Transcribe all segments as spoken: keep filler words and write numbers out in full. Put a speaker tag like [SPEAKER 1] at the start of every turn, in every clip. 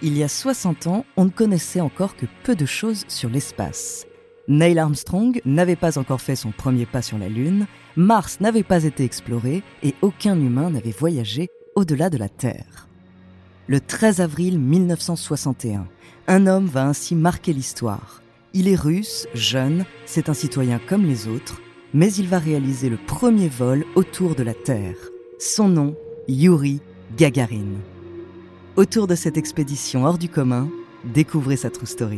[SPEAKER 1] il y a soixante ans, on ne connaissait encore que peu de choses sur l'espace. Neil Armstrong n'avait pas encore fait son premier pas sur la Lune, Mars n'avait pas été exploré et aucun humain n'avait voyagé au-delà de la Terre. Le treize avril mille neuf cent soixante et un, un homme va ainsi marquer l'histoire. Il est russe, jeune, c'est un citoyen comme les autres, mais il va réaliser le premier vol autour de la Terre. Son nom, Youri Gagarin. Autour de cette expédition hors du commun, découvrez sa true story.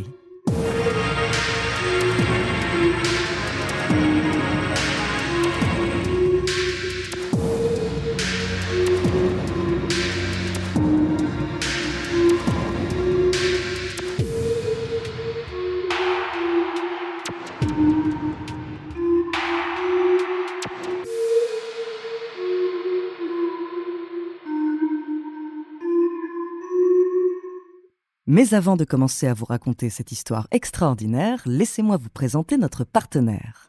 [SPEAKER 1] Mais avant de commencer à vous raconter cette histoire extraordinaire, laissez-moi vous présenter notre partenaire.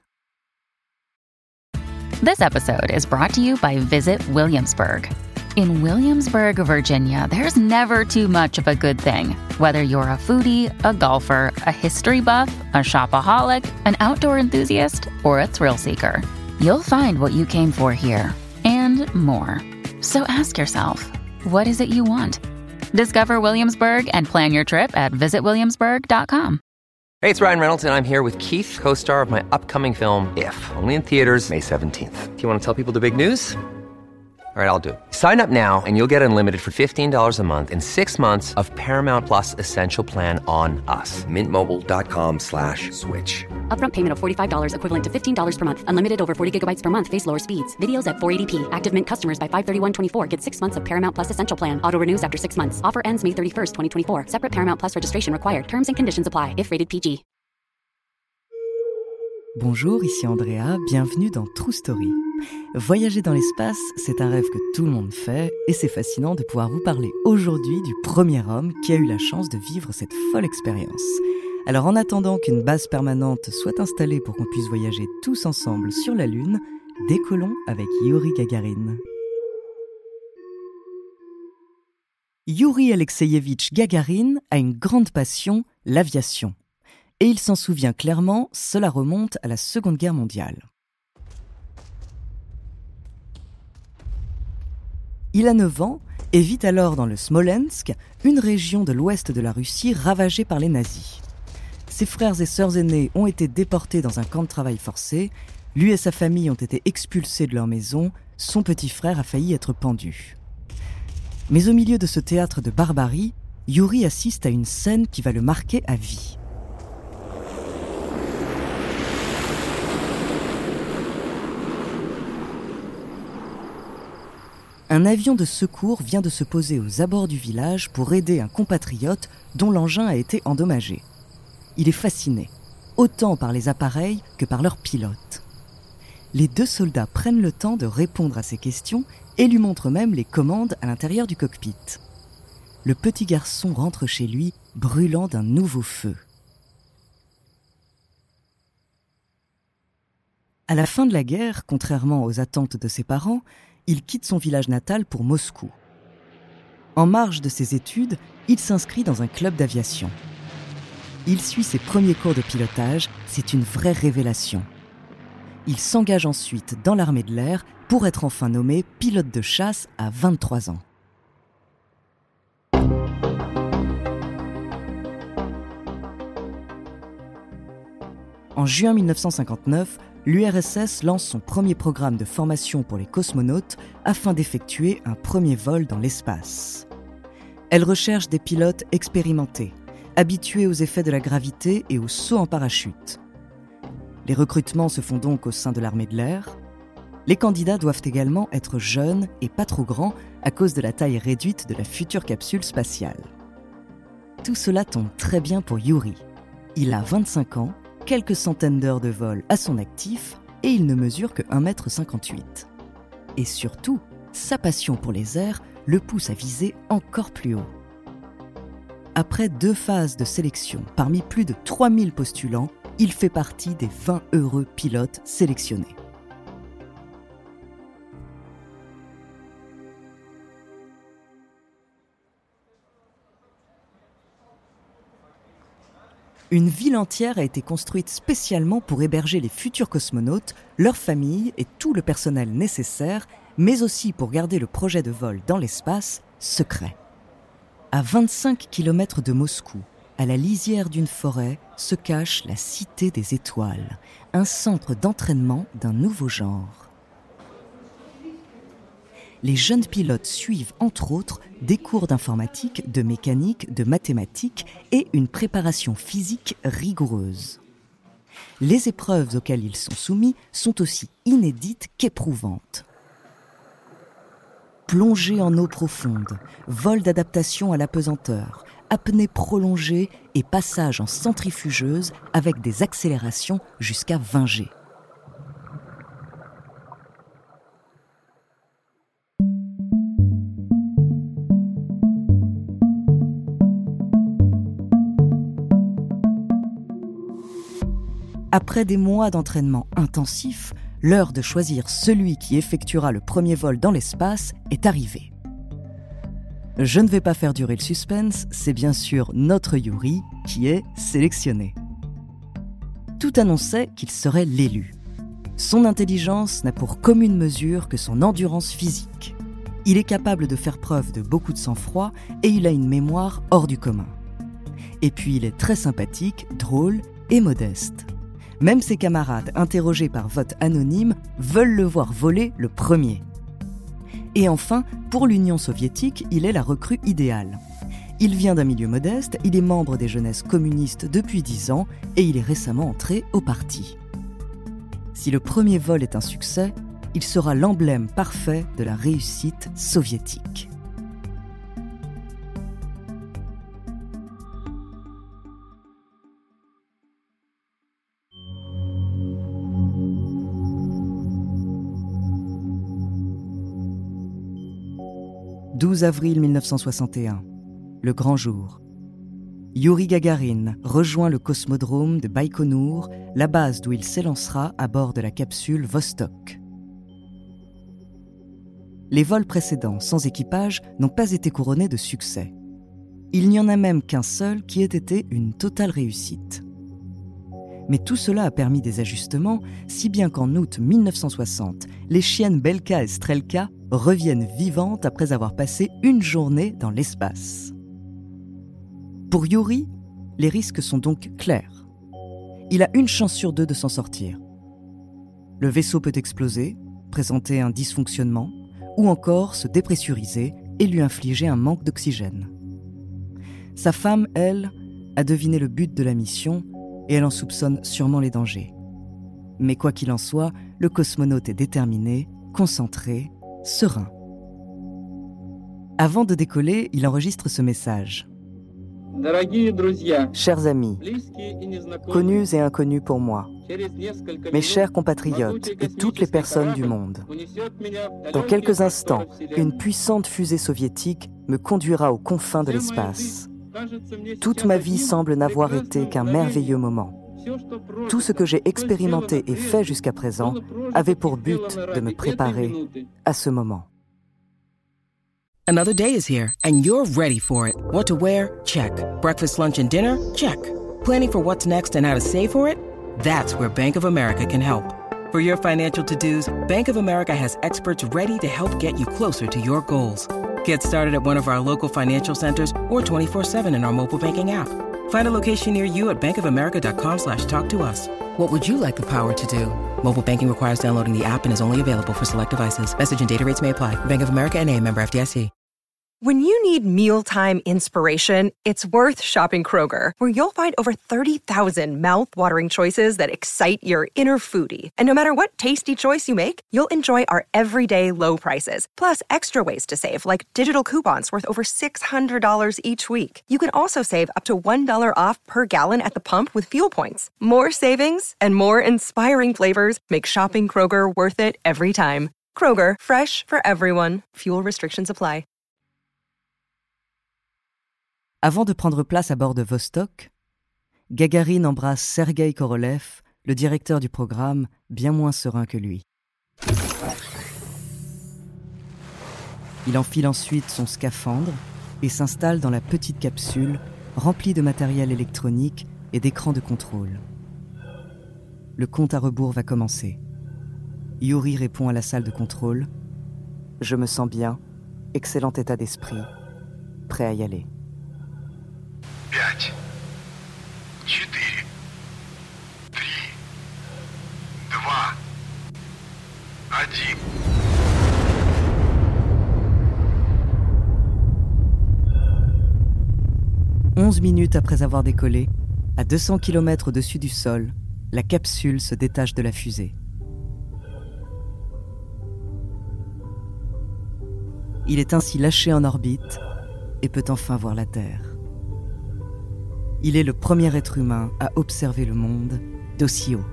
[SPEAKER 2] This episode is brought to you by Visit Williamsburg. In Williamsburg, Virginia, there's never too much of a good thing. Whether you're a foodie, a golfer, a history buff, a shopaholic, an outdoor enthusiast, or a thrill seeker, you'll find what you came for here and more. So ask yourself, what is it you want? Discover Williamsburg and plan your trip at visit williamsburg dot com.
[SPEAKER 3] Hey, it's Ryan Reynolds, and I'm here with Keith, co-star of my upcoming film, If, only in theaters May seventeenth. Do you want to tell people the big news? All right, I'll do it. Sign up now and you'll get unlimited for fifteen dollars a month and six months of Paramount Plus Essential Plan on us. Mint Mobile dot com slash switch.
[SPEAKER 4] Upfront payment of forty-five dollars equivalent to fifteen dollars per month. Unlimited over forty gigabytes per month. Face lower speeds. Videos at four eighty p. Active Mint customers by five thirty-one twenty-four get six months of Paramount Plus Essential Plan. Auto renews after six months. Offer ends May thirty-first, twenty twenty-four. Separate Paramount Plus registration required. Terms and conditions apply if rated P G.
[SPEAKER 1] Bonjour, ici Andrea, bienvenue dans True Story. Voyager dans l'espace, c'est un rêve que tout le monde fait et c'est fascinant de pouvoir vous parler aujourd'hui du premier homme qui a eu la chance de vivre cette folle expérience. Alors en attendant qu'une base permanente soit installée pour qu'on puisse voyager tous ensemble sur la Lune, décollons avec Youri Gagarin. Youri Alexeyevitch Gagarin a une grande passion, l'aviation. Et il s'en souvient clairement, cela remonte à la Seconde Guerre mondiale. Il a neuf ans et vit alors dans le Smolensk, une région de l'ouest de la Russie ravagée par les nazis. Ses frères et sœurs aînés ont été déportés dans un camp de travail forcé, lui et sa famille ont été expulsés de leur maison, son petit frère a failli être pendu. Mais au milieu de ce théâtre de barbarie, Youri assiste à une scène qui va le marquer à vie. Un avion de secours vient de se poser aux abords du village pour aider un compatriote dont l'engin a été endommagé. Il est fasciné, autant par les appareils que par leur pilote. Les deux soldats prennent le temps de répondre à ses questions et lui montrent même les commandes à l'intérieur du cockpit. Le petit garçon rentre chez lui, brûlant d'un nouveau feu. À la fin de la guerre, contrairement aux attentes de ses parents, il quitte son village natal pour Moscou. En marge de ses études, il s'inscrit dans un club d'aviation. Il suit ses premiers cours de pilotage, c'est une vraie révélation. Il s'engage ensuite dans l'armée de l'air pour être enfin nommé pilote de chasse à vingt-trois ans. En juin mille neuf cent cinquante-neuf, l'U R S S lance son premier programme de formation pour les cosmonautes afin d'effectuer un premier vol dans l'espace. Elle recherche des pilotes expérimentés, habitués aux effets de la gravité et au saut en parachute. Les recrutements se font donc au sein de l'armée de l'air. Les candidats doivent également être jeunes et pas trop grands à cause de la taille réduite de la future capsule spatiale. Tout cela tombe très bien pour Youri. Il a vingt-cinq ans, quelques centaines d'heures de vol à son actif et il ne mesure que un mètre cinquante-huit. Et surtout, sa passion pour les airs le pousse à viser encore plus haut. Après deux phases de sélection, parmi plus de trois mille postulants, il fait partie des vingt heureux pilotes sélectionnés. Une ville entière a été construite spécialement pour héberger les futurs cosmonautes, leurs familles et tout le personnel nécessaire, mais aussi pour garder le projet de vol dans l'espace secret. À vingt-cinq kilomètres de Moscou, à la lisière d'une forêt, se cache la Cité des Étoiles, un centre d'entraînement d'un nouveau genre. Les jeunes pilotes suivent entre autres des cours d'informatique, de mécanique, de mathématiques et une préparation physique rigoureuse. Les épreuves auxquelles ils sont soumis sont aussi inédites qu'éprouvantes. Plongée en eau profonde, vol d'adaptation à l'apesanteur, apnée prolongée et passage en centrifugeuse avec des accélérations jusqu'à vingt G. Après des mois d'entraînement intensif, l'heure de choisir celui qui effectuera le premier vol dans l'espace est arrivée. Je ne vais pas faire durer le suspense, c'est bien sûr notre Youri qui est sélectionné. Tout annonçait qu'il serait l'élu. Son intelligence n'a pour commune mesure que son endurance physique. Il est capable de faire preuve de beaucoup de sang-froid et il a une mémoire hors du commun. Et puis il est très sympathique, drôle et modeste. Même ses camarades, interrogés par vote anonyme, veulent le voir voler le premier. Et enfin, pour l'Union soviétique, il est la recrue idéale. Il vient d'un milieu modeste, il est membre des jeunesses communistes depuis dix ans et il est récemment entré au parti. Si le premier vol est un succès, il sera l'emblème parfait de la réussite soviétique. douze avril mille neuf cent soixante et un, le grand jour. Youri Gagarin rejoint le cosmodrome de Baïkonour, la base d'où il s'élancera à bord de la capsule Vostok. Les vols précédents sans équipage n'ont pas été couronnés de succès. Il n'y en a même qu'un seul qui ait été une totale réussite. Mais tout cela a permis des ajustements, si bien qu'en août mille neuf cent soixante, les chiennes Belka et Strelka reviennent vivantes après avoir passé une journée dans l'espace. Pour Youri, les risques sont donc clairs. Il a une chance sur deux de s'en sortir. Le vaisseau peut exploser, présenter un dysfonctionnement, ou encore se dépressuriser et lui infliger un manque d'oxygène. Sa femme, elle, a deviné le but de la mission et elle en soupçonne sûrement les dangers. Mais quoi qu'il en soit, le cosmonaute est déterminé, concentré, serein. Avant de décoller, il enregistre ce message. Chers amis, connus et inconnus pour moi, mes chers compatriotes et toutes les personnes du monde, dans quelques instants, une puissante fusée soviétique me conduira aux confins de l'espace. Toute ma vie semble n'avoir été qu'un merveilleux moment. Tout ce que j'ai expérimenté et fait jusqu'à présent avait pour but de me préparer à ce moment.
[SPEAKER 5] Another day is here, and you're ready for it. What to wear? Check. Breakfast, lunch, and dinner? Check. Planning for what's next and how to save for it? That's where Bank of America can help. For your financial to-dos, Bank of America has experts ready to help get you closer to your goals. Get started at one of our local financial centers or twenty-four seven in our mobile banking app. Find a location near you at bankofamerica.com slash talk to us. What would you like the power to do? Mobile banking requires downloading the app and is only available for select devices. Message and data rates may apply. Bank of America N A, member F D I C.
[SPEAKER 6] When you need mealtime inspiration, it's worth shopping Kroger, where you'll find over thirty thousand mouth-watering choices that excite your inner foodie. And no matter what tasty choice you make, you'll enjoy our everyday low prices, plus extra ways to save, like digital coupons worth over six hundred dollars each week. You can also save up to one dollar off per gallon at the pump with fuel points. More savings and more inspiring flavors make shopping Kroger worth it every time. Kroger, fresh for everyone. Fuel restrictions apply.
[SPEAKER 1] Avant de prendre place à bord de Vostok, Gagarine embrasse Sergueï Korolev, le directeur du programme, bien moins serein que lui. Il enfile ensuite son scaphandre et s'installe dans la petite capsule remplie de matériel électronique et d'écran de contrôle. Le compte à rebours va commencer. Yuri répond à la salle de contrôle. « Je me sens bien, excellent état d'esprit, prêt à y aller. »
[SPEAKER 7] Пять, четыре, три, два, один.
[SPEAKER 1] Onze minutes après avoir décollé, à deux cents kilomètres au-dessus du sol, la capsule se détache de la fusée. Il est ainsi lâché en orbite et peut enfin voir la Terre. Il est le premier être humain à observer le monde d'aussi haut.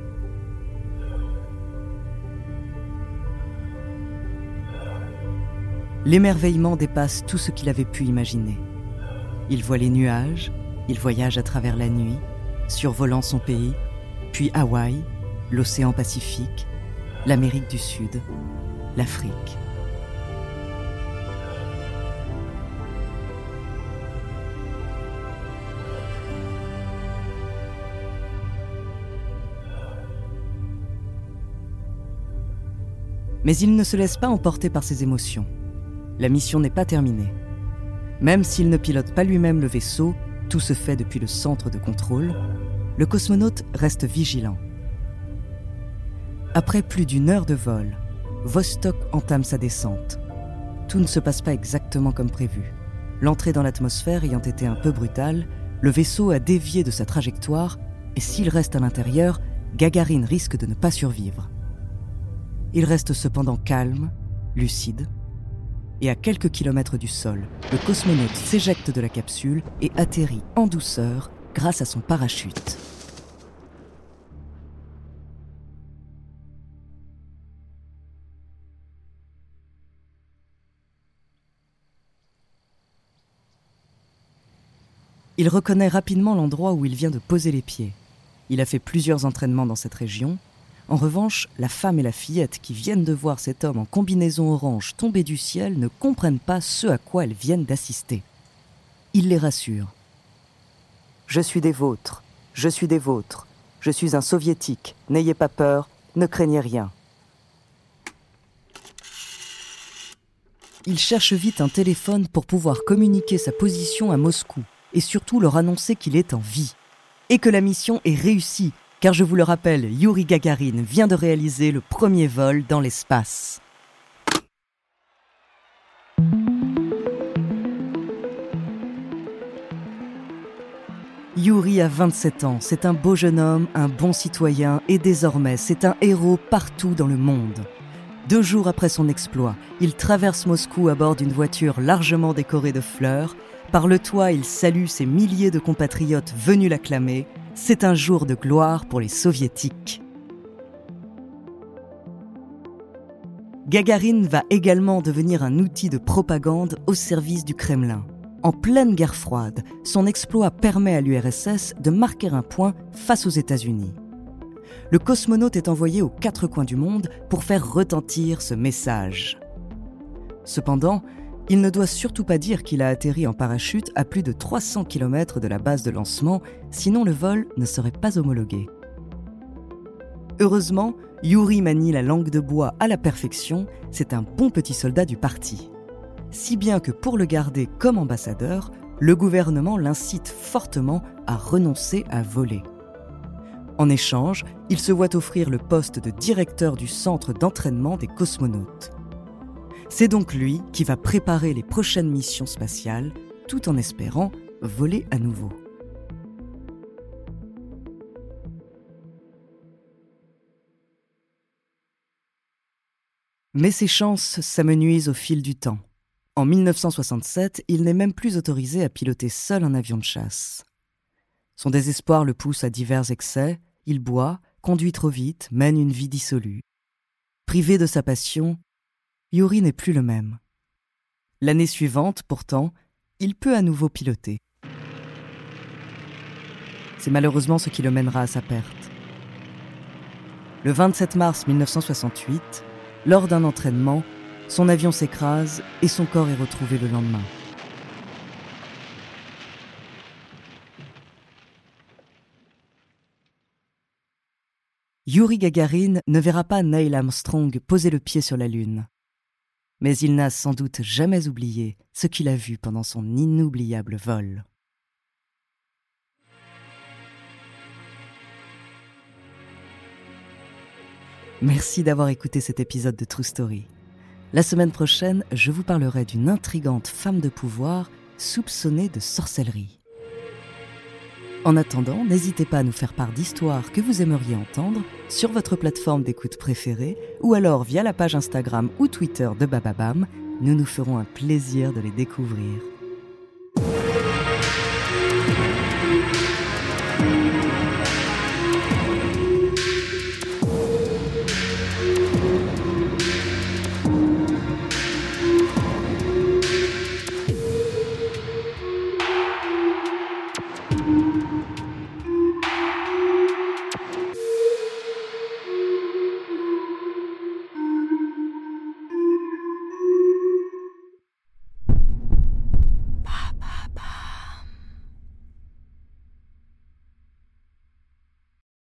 [SPEAKER 1] L'émerveillement dépasse tout ce qu'il avait pu imaginer. Il voit les nuages, il voyage à travers la nuit, survolant son pays, puis Hawaï, l'océan Pacifique, l'Amérique du Sud, l'Afrique. Mais il ne se laisse pas emporter par ses émotions. La mission n'est pas terminée. Même s'il ne pilote pas lui-même le vaisseau, tout se fait depuis le centre de contrôle, le cosmonaute reste vigilant. Après plus d'une heure de vol, Vostok entame sa descente. Tout ne se passe pas exactement comme prévu. L'entrée dans l'atmosphère ayant été un peu brutale, le vaisseau a dévié de sa trajectoire et s'il reste à l'intérieur, Gagarine risque de ne pas survivre. Il reste cependant calme, lucide, et à quelques kilomètres du sol, le cosmonaute s'éjecte de la capsule et atterrit en douceur grâce à son parachute. Il reconnaît rapidement l'endroit où il vient de poser les pieds. Il a fait plusieurs entraînements dans cette région. En revanche, la femme et la fillette qui viennent de voir cet homme en combinaison orange tomber du ciel ne comprennent pas ce à quoi elles viennent d'assister. Il les rassure. « Je suis des vôtres, je suis des vôtres, je suis un soviétique, n'ayez pas peur, ne craignez rien. » Il cherche vite un téléphone pour pouvoir communiquer sa position à Moscou et surtout leur annoncer qu'il est en vie et que la mission est réussie. Car je vous le rappelle, Yuri Gagarin vient de réaliser le premier vol dans l'espace. Yuri a vingt-sept ans, c'est un beau jeune homme, un bon citoyen et désormais c'est un héros partout dans le monde. Deux jours après son exploit, il traverse Moscou à bord d'une voiture largement décorée de fleurs. Par le toit, il salue ses milliers de compatriotes venus l'acclamer. C'est un jour de gloire pour les soviétiques. Gagarine va également devenir un outil de propagande au service du Kremlin. En pleine guerre froide, son exploit permet à l'U R S S de marquer un point face aux États-Unis. Le cosmonaute est envoyé aux quatre coins du monde pour faire retentir ce message. Cependant, il ne doit surtout pas dire qu'il a atterri en parachute à plus de trois cents kilomètres de la base de lancement, sinon le vol ne serait pas homologué. Heureusement, Yuri manie la langue de bois à la perfection, c'est un bon petit soldat du parti. Si bien que pour le garder comme ambassadeur, le gouvernement l'incite fortement à renoncer à voler. En échange, il se voit offrir le poste de directeur du centre d'entraînement des cosmonautes. C'est donc lui qui va préparer les prochaines missions spatiales, tout en espérant voler à nouveau. Mais ses chances s'amenuisent au fil du temps. En mille neuf cent soixante-sept, il n'est même plus autorisé à piloter seul un avion de chasse. Son désespoir le pousse à divers excès, il boit, conduit trop vite, mène une vie dissolue. Privé de sa passion, Yuri n'est plus le même. L'année suivante, pourtant, il peut à nouveau piloter. C'est malheureusement ce qui le mènera à sa perte. Le vingt-sept mars mille neuf cent soixante-huit, lors d'un entraînement, son avion s'écrase et son corps est retrouvé le lendemain. Yuri Gagarin ne verra pas Neil Armstrong poser le pied sur la Lune. Mais il n'a sans doute jamais oublié ce qu'il a vu pendant son inoubliable vol. Merci d'avoir écouté cet épisode de True Story. La semaine prochaine, je vous parlerai d'une intrigante femme de pouvoir soupçonnée de sorcellerie. En attendant, n'hésitez pas à nous faire part d'histoires que vous aimeriez entendre sur votre plateforme d'écoute préférée ou alors via la page Instagram ou Twitter de Bababam. Nous nous ferons un plaisir de les découvrir.